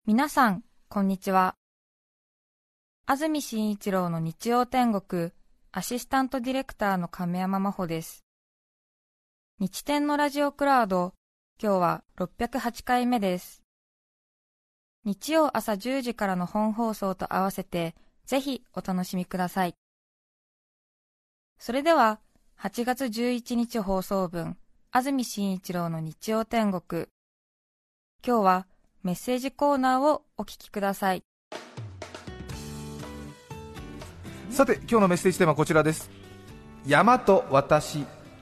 皆さん、こんにちは。安住紳一郎の日曜天国、アシスタントディレクターの亀山真帆です。日天のラジオクラウド、今日は608回目です。日曜朝10時からの本放送と合わせて、ぜひお楽しみください。それでは、8月11日放送分、安住紳一郎の日曜天国。今日は、メッセージコーナーをお聞きください。 さて今日のメッセージテーマはこちらです。山と私。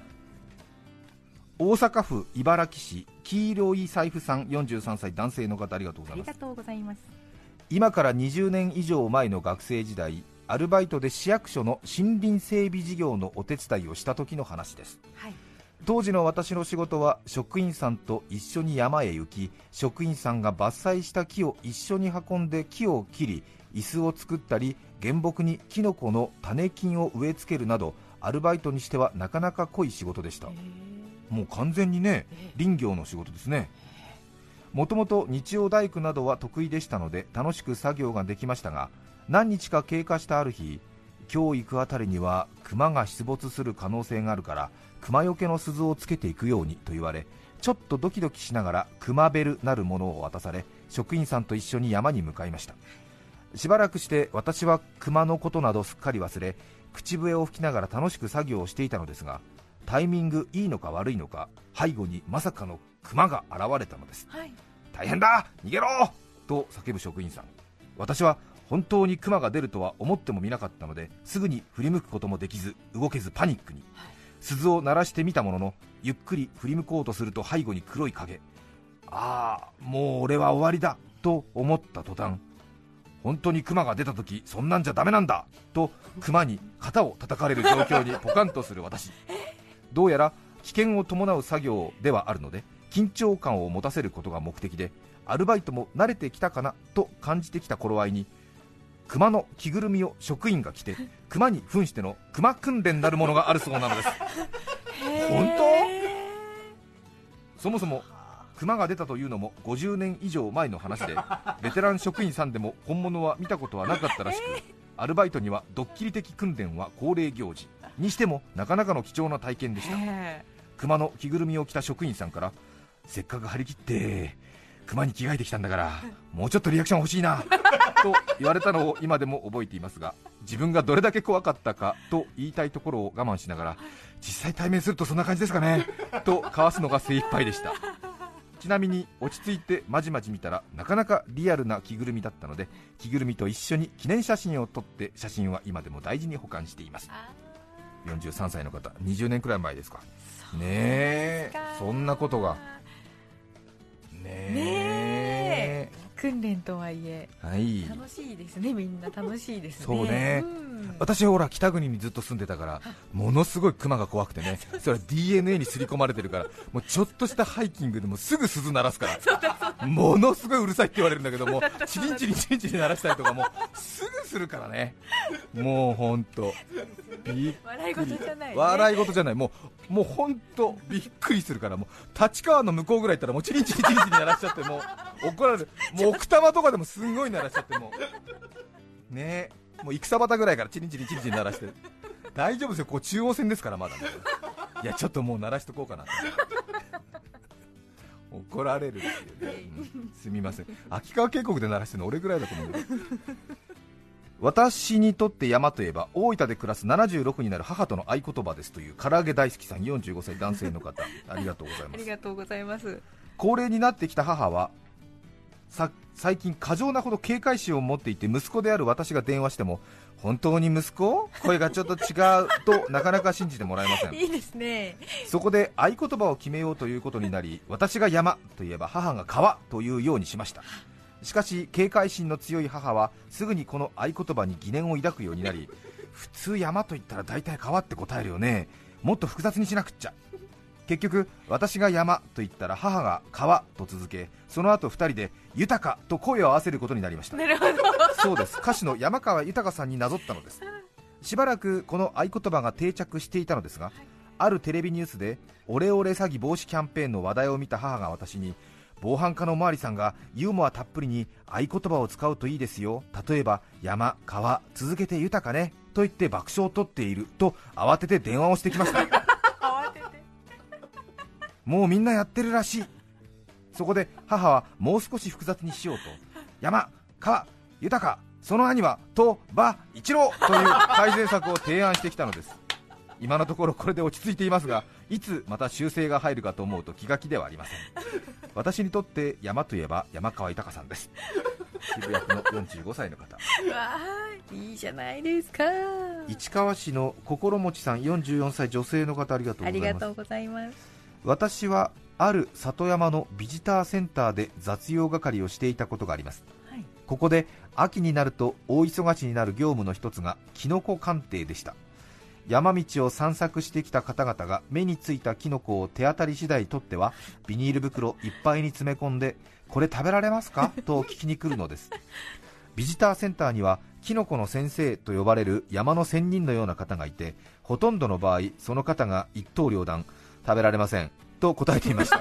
大阪府茨木市黄色い財布さん、43歳男性の方、ありがとうございます。 ありがとうございます。 今から20年以上前の学生時代、アルバイトで市役所の森林整備事業のお手伝いをした時の話です。 はい、 当時の私の仕事は職員さんと一緒に山へ行き、職員さんが伐採した木を一緒に運んで木を切り、椅子を作ったり原木にキノコの種菌を植え付けるなど、アルバイトにしてはなかなか濃い仕事でした。もう完全にね、林業の仕事ですね。もともと日曜大工などは得意でしたので楽しく作業ができましたが、何日か経過したある日、今日行くあたりには熊が出没する可能性があるから熊よけの鈴をつけていくようにと言われ、ちょっとドキドキしながら熊ベルなるものを渡され、職員さんと一緒に山に向かいました。しばらくして私は熊のことなどすっかり忘れ、口笛を吹きながら楽しく作業をしていたのですが、タイミングいいのか悪いのか、背後にまさかの熊が現れたのです。 はい、 大変だ逃げろと叫ぶ職員さん。私は本当に熊が出るとは思ってもみなかったので、すぐに振り向くこともできず動けずパニックに、鈴を鳴らしてみたものの、ゆっくり振り向こうとすると背後に黒い影。もう俺は終わりだと思った途端、本当に熊が出た時そんなんじゃダメなんだと熊に肩を叩かれる状況にポカンとする私。どうやら危険を伴う作業ではあるので、緊張感を持たせることが目的で、アルバイトも慣れてきたかなと感じてきた頃合いに、熊の着ぐるみを職員が着て、熊に扮しての熊訓練なるものがあるそうなのです。本当？そもそも熊が出たというのも50年以上前の話で、ベテラン職員さんでも本物は見たことはなかったらしく、アルバイトにはドッキリ的訓練は恒例行事にしてもなかなかの貴重な体験でした。熊の着ぐるみを着た職員さんから、せっかく張り切って熊に着替えてきたんだからもうちょっとリアクション欲しいなと言われたのを今でも覚えていますが、自分がどれだけ怖かったかと言いたいところを我慢しながら、実際対面するとそんな感じですかねと交わすのが精一杯でした。ちなみに落ち着いてまじまじ見たら、なかなかリアルな着ぐるみだったので、着ぐるみと一緒に記念写真を撮って、写真は今でも大事に保管しています。43歳の方、20年くらい前ですかね。えそんなことがね、 訓練とはいえ、 はい、 楽しいですね。みんな楽しいですね。 そうね、私はほら北国にずっと住んでたから、ものすごい熊が怖くてね、それは DNA に刷り込まれてるから、もうちょっとしたハイキングでもすぐ鈴鳴らすから、ものすごいうるさいって言われるんだけども、チリンチリンチリンチリン鳴らしたりとかもすぐするからね。もうほんと笑い事じゃない、ね、 笑い事じゃない、もうほんとびっくりするから、もう立川の向こうぐらい行ったらもうチリンチリンチリンチリン鳴らしちゃって、もう怒られる。もう奥多摩とかでもすんごい鳴らしちゃって、もうねえ、もう戦端ぐらいからチリンチリンチリンチリン鳴らしてる。大丈夫ですよ、ここ中央線ですからまだね。いやちょっともう鳴らしとこうかな怒られるっていうね、すみません。秋川渓谷で鳴らしてるの俺ぐらいだと思う。私にとって山といえば大分で暮らす76になる母との合言葉ですという、唐揚げ大好きさん、45歳男性の方、ありがとうございます。 ありがとうございます。 高齢になってきた母は最近過剰なほど警戒心を持っていて、息子である私が電話しても、本当に息子？声がちょっと違うとなかなか信じてもらえません。 いいですね。 そこで合言葉を決めようということになり、私が山といえば母が川というようにしました。しかし警戒心の強い母はすぐにこの合言葉に疑念を抱くようになり、普通山と言ったら大体川って答えるよね、もっと複雑にしなくっちゃ。結局私が山と言ったら母が川と続け、その後2人で豊かと声を合わせることになりました。 なるほど。 そうです、歌手の山川豊さんになぞったのです。しばらくこの合言葉が定着していたのですが、あるテレビニュースでオレオレ詐欺防止キャンペーンの話題を見た母が私に、 防犯課のおまわりさんがユーモアたっぷりに合言葉を使うといいですよ。例えば山、川、続けて豊かねと言って爆笑を取っていると慌てて電話をしてきました慌ててもうみんなやってるらしい。そこで母はもう少し複雑にしようと、山、川、豊か、その兄はとば一郎という改善策を提案してきたのです。今のところこれで落ち着いていますが、いつまた修正が入るかと思うと気が気ではありません。私にとって山といえば山川豊さんです。渋谷区の45歳の方。 わー、いいじゃないですか。 市川市の心持さん44歳女性の方、ありがとうございます。 ありがとうございます。 私はある里山のビジターセンターで雑用係をしていたことがあります、 はい、 ここで秋になると大忙しになる業務の一つがキノコ鑑定でした。山道を散策してきた方々が目についたキノコを手当たり次第取ってはビニール袋いっぱいに詰め込んで、これ食べられますかと聞きに来るのです。ビジターセンターにはキノコの先生と呼ばれる山の仙人のような方がいて、ほとんどの場合その方が一刀両断、食べられませんと答えていました。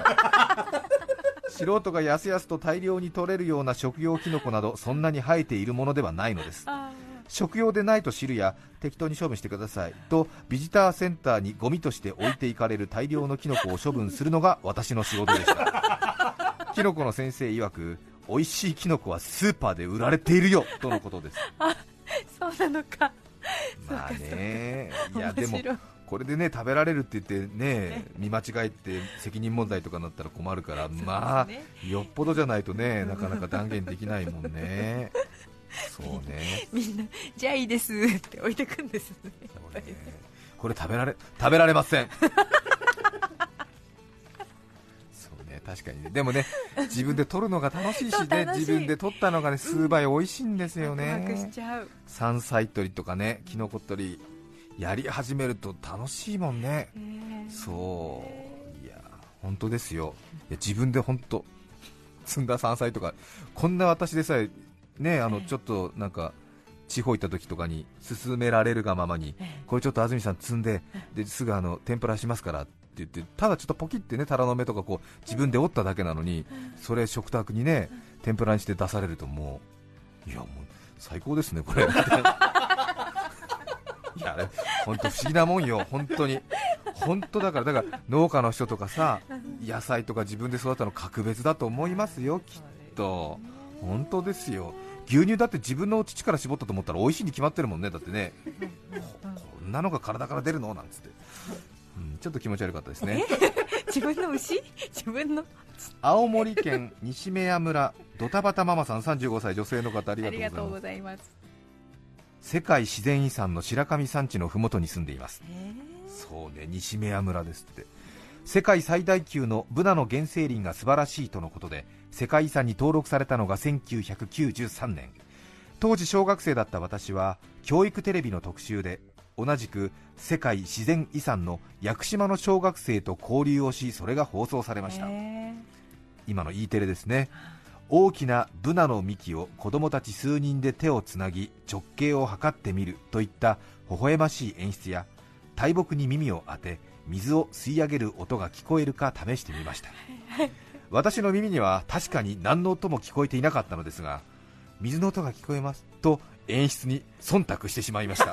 素人がやすやすと大量に取れるような食用キノコなどそんなに生えているものではないのです。食用でないと知るや適当に処分してくださいとビジターセンターにゴミとして置いていかれる大量のキノコを処分するのが私の仕事でした。キノコの先生曰く、美味しいキノコはスーパーで売られているよとのことです。 そうなのか。 まあね、いや面白い。 でもこれでね食べられるって言ってね見間違えて責任問題とかになったら困るから、まあよっぽどじゃないとねなかなか断言できないもんね。そうね、 みんなじゃあいいですって置いてくんですね。 これ食べられません。そうね、確かにね。でもね自分で取るのが楽しいしね、自分で取ったのがね数倍美味しいんですよね。 ワクワクしちゃう。 山菜採りとかね、キノコ採りやり始めると楽しいもんね。そう、いや本当ですよ。いや自分で本当摘んだ山菜とか、こんな私でさえね、ちょっとなんか地方行った時とかに勧められるがままに、これちょっと安住さん摘んで、ですぐ天ぷらしますからって言って、ただちょっとポキってねタラの芽とかこう自分で折っただけなのに、それ食卓にね天ぷらにして出されるともう、いやもう最高ですねこれ。いやあれ本当不思議なもんよ、本当に。本当だから農家の人とかさ、野菜とか自分で育ったの格別だと思いますよ、きっと。本当ですよ。牛乳だって自分の乳から絞ったと思ったら美味しいに決まってるもんね。だってね、こんなのが体から出るのなんつって、ちょっと気持ち悪かったですね。 自分の牛、自分の。 青森県西目屋村ドタバタママさん35歳女性の方、ありがとうございます。世界自然遺産の白神山地のふもとに住んでいます。そうね、西目屋村ですって。世界最大級のブナの原生林が素晴らしいとのことで、世界遺産に登録されたのが1993年。当時小学生だった私は教育テレビの特集で同じく世界自然遺産の屋久島の小学生と交流をし、それが放送されました。今の E テレですね。大きなブナの幹を子供たち数人で手をつなぎ直径を測ってみるといった微笑ましい演出や、大木に耳を当て水を吸い上げる音が聞こえるか試してみました。私の耳には確かに何の音も聞こえていなかったのですが、水の音が聞こえますと演出に忖度してしまいました。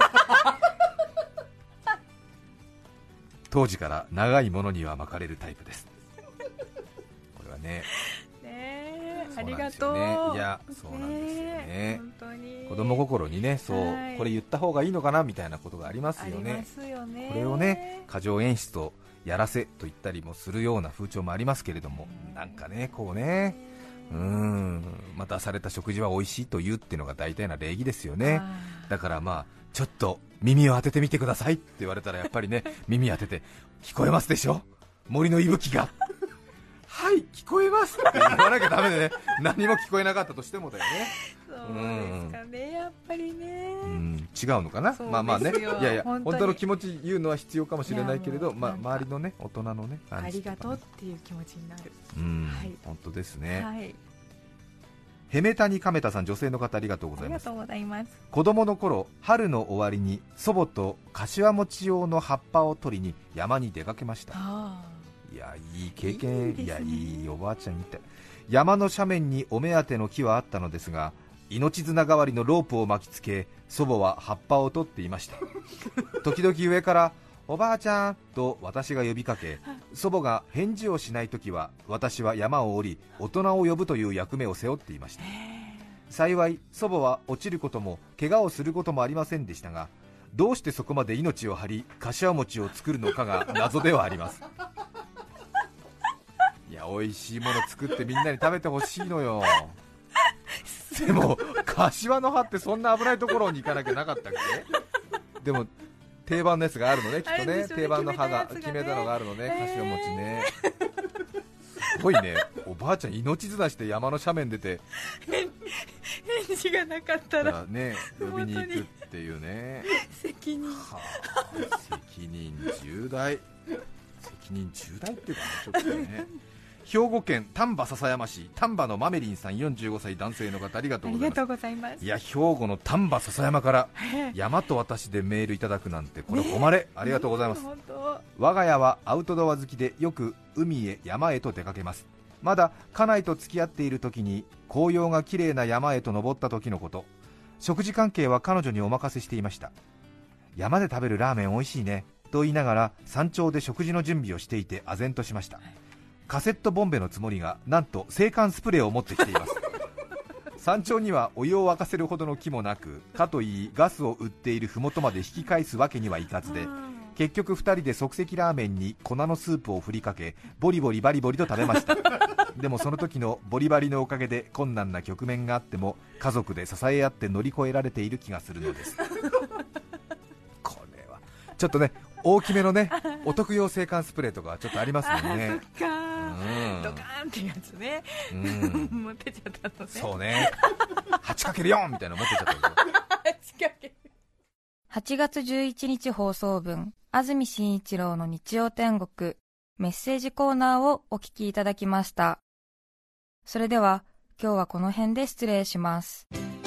当時から長いものには巻かれるタイプです。これはね、 ありがとう。 いやそうなんですよね。 本当に子供心にね、そう、これ言った方がいいのかなみたいなことがありますよね。これをね過剰演出とやらせと言ったりもするような風潮もありますけれども、なんかねこうね、またされた食事は美味しいと言うっていうのが大体な礼儀ですよね。だからまあちょっと耳を当ててみてくださいって言われたらやっぱりね耳当てて、聞こえますでしょ森の息吹がはい聞こえますって言わなきゃダメでね、何も聞こえなかったとしてもだよね。 そうですかね、やっぱりね。 違うのかな。まあまあね、いやいや本当の気持ち言うのは必要かもしれないけれど、まあ周りのね大人のねありがとうっていう気持ちになる。 本当ですね。 はい。 ヘメタニカメタさん女性の方、ありがとうございます。 ありがとうございます。子供の頃、春の終わりに祖母と柏餅用の葉っぱを取りに山に出かけました。いやいい経験、いいおばあちゃんみたい。 山の斜面にお目当ての木はあったのですが、命綱代わりのロープを巻きつけ、祖母は葉っぱを取っていました。時々上からおばあちゃんと私が呼びかけ、祖母が返事をしないときは私は山を降り大人を呼ぶという役目を背負っていました。幸い祖母は落ちることも怪我をすることもありませんでしたが、どうしてそこまで命を張り柏餅を作るのかが謎ではあります。いや、美味しいもの作ってみんなに食べてほしいのよ。でも柏の葉ってそんな危ないところに行かなきゃなかったっけ？でも定番のやつがあるのね、きっとね。定番の葉が決めたのがあるのね、柏餅ね。すごいね、おばあちゃん命綱して山の斜面出て返事がなかったらね、呼びに行くっていうね。 責任、 責任重大、責任重大っていうかね、ちょっとね。兵庫県丹波篠山市、丹波のマメリンさん、45歳男性の方、ありがとうございます。いや、兵庫の丹波篠山から山と私でメールいただくなんて、これ誉れ、ありがとうございます。我が家はアウトドア好きでよく海へ山へと出かけます。まだ家内と付き合っている時に紅葉が綺麗な山へと登った時のこと。食事関係は彼女にお任せしていました。山で食べるラーメン美味しいねと言いながら山頂で食事の準備をしていて唖然としました。カセットボンベのつもりがなんと制汗スプレーを持ってきています。山頂にはお湯を沸かせるほどの木もなく、かといいガスを売っている麓まで引き返すわけにはいかずで、結局2人で即席ラーメンに粉のスープを振りかけ、ボリボリバリボリと食べました。でもその時のボリバリのおかげで困難な局面があっても家族で支え合って乗り越えられている気がするのです。これはちょっとね、大きめのね、お得用制汗スプレーとかちょっとありますもんね。 ドカーンってやつね、持ってちゃったのね。 そうね、8×4 みたいなの持ってちゃったんですよ。 8月11日放送分、安住紳一郎の日曜天国メッセージコーナーをお聞きいただきました。それでは今日はこの辺で失礼します。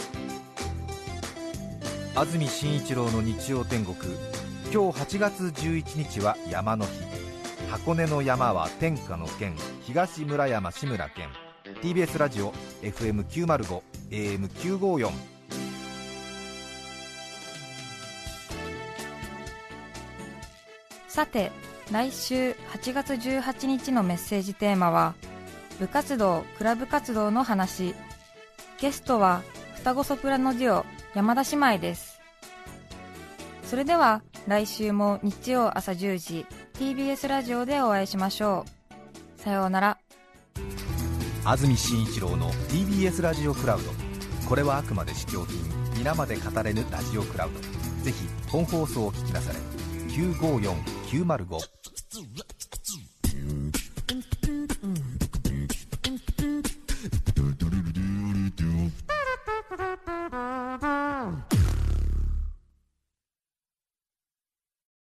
安住紳一郎の日曜天国、今日8月11日は山の日。箱根の山は天下の県、東村山志村けん。 TBS ラジオ FM905 AM954。 さて、来週8月18日のメッセージテーマは部活動・クラブ活動の話。ゲストは双子ソプラノデュオ山田姉妹です。それでは来週も日曜朝10時 TBS ラジオでお会いしましょう。さようなら。 安住紳一郎の TBS ラジオクラウド。これはあくまで試供品、皆まで語れぬラジオクラウド。ぜひ本放送を聞きなされ。954905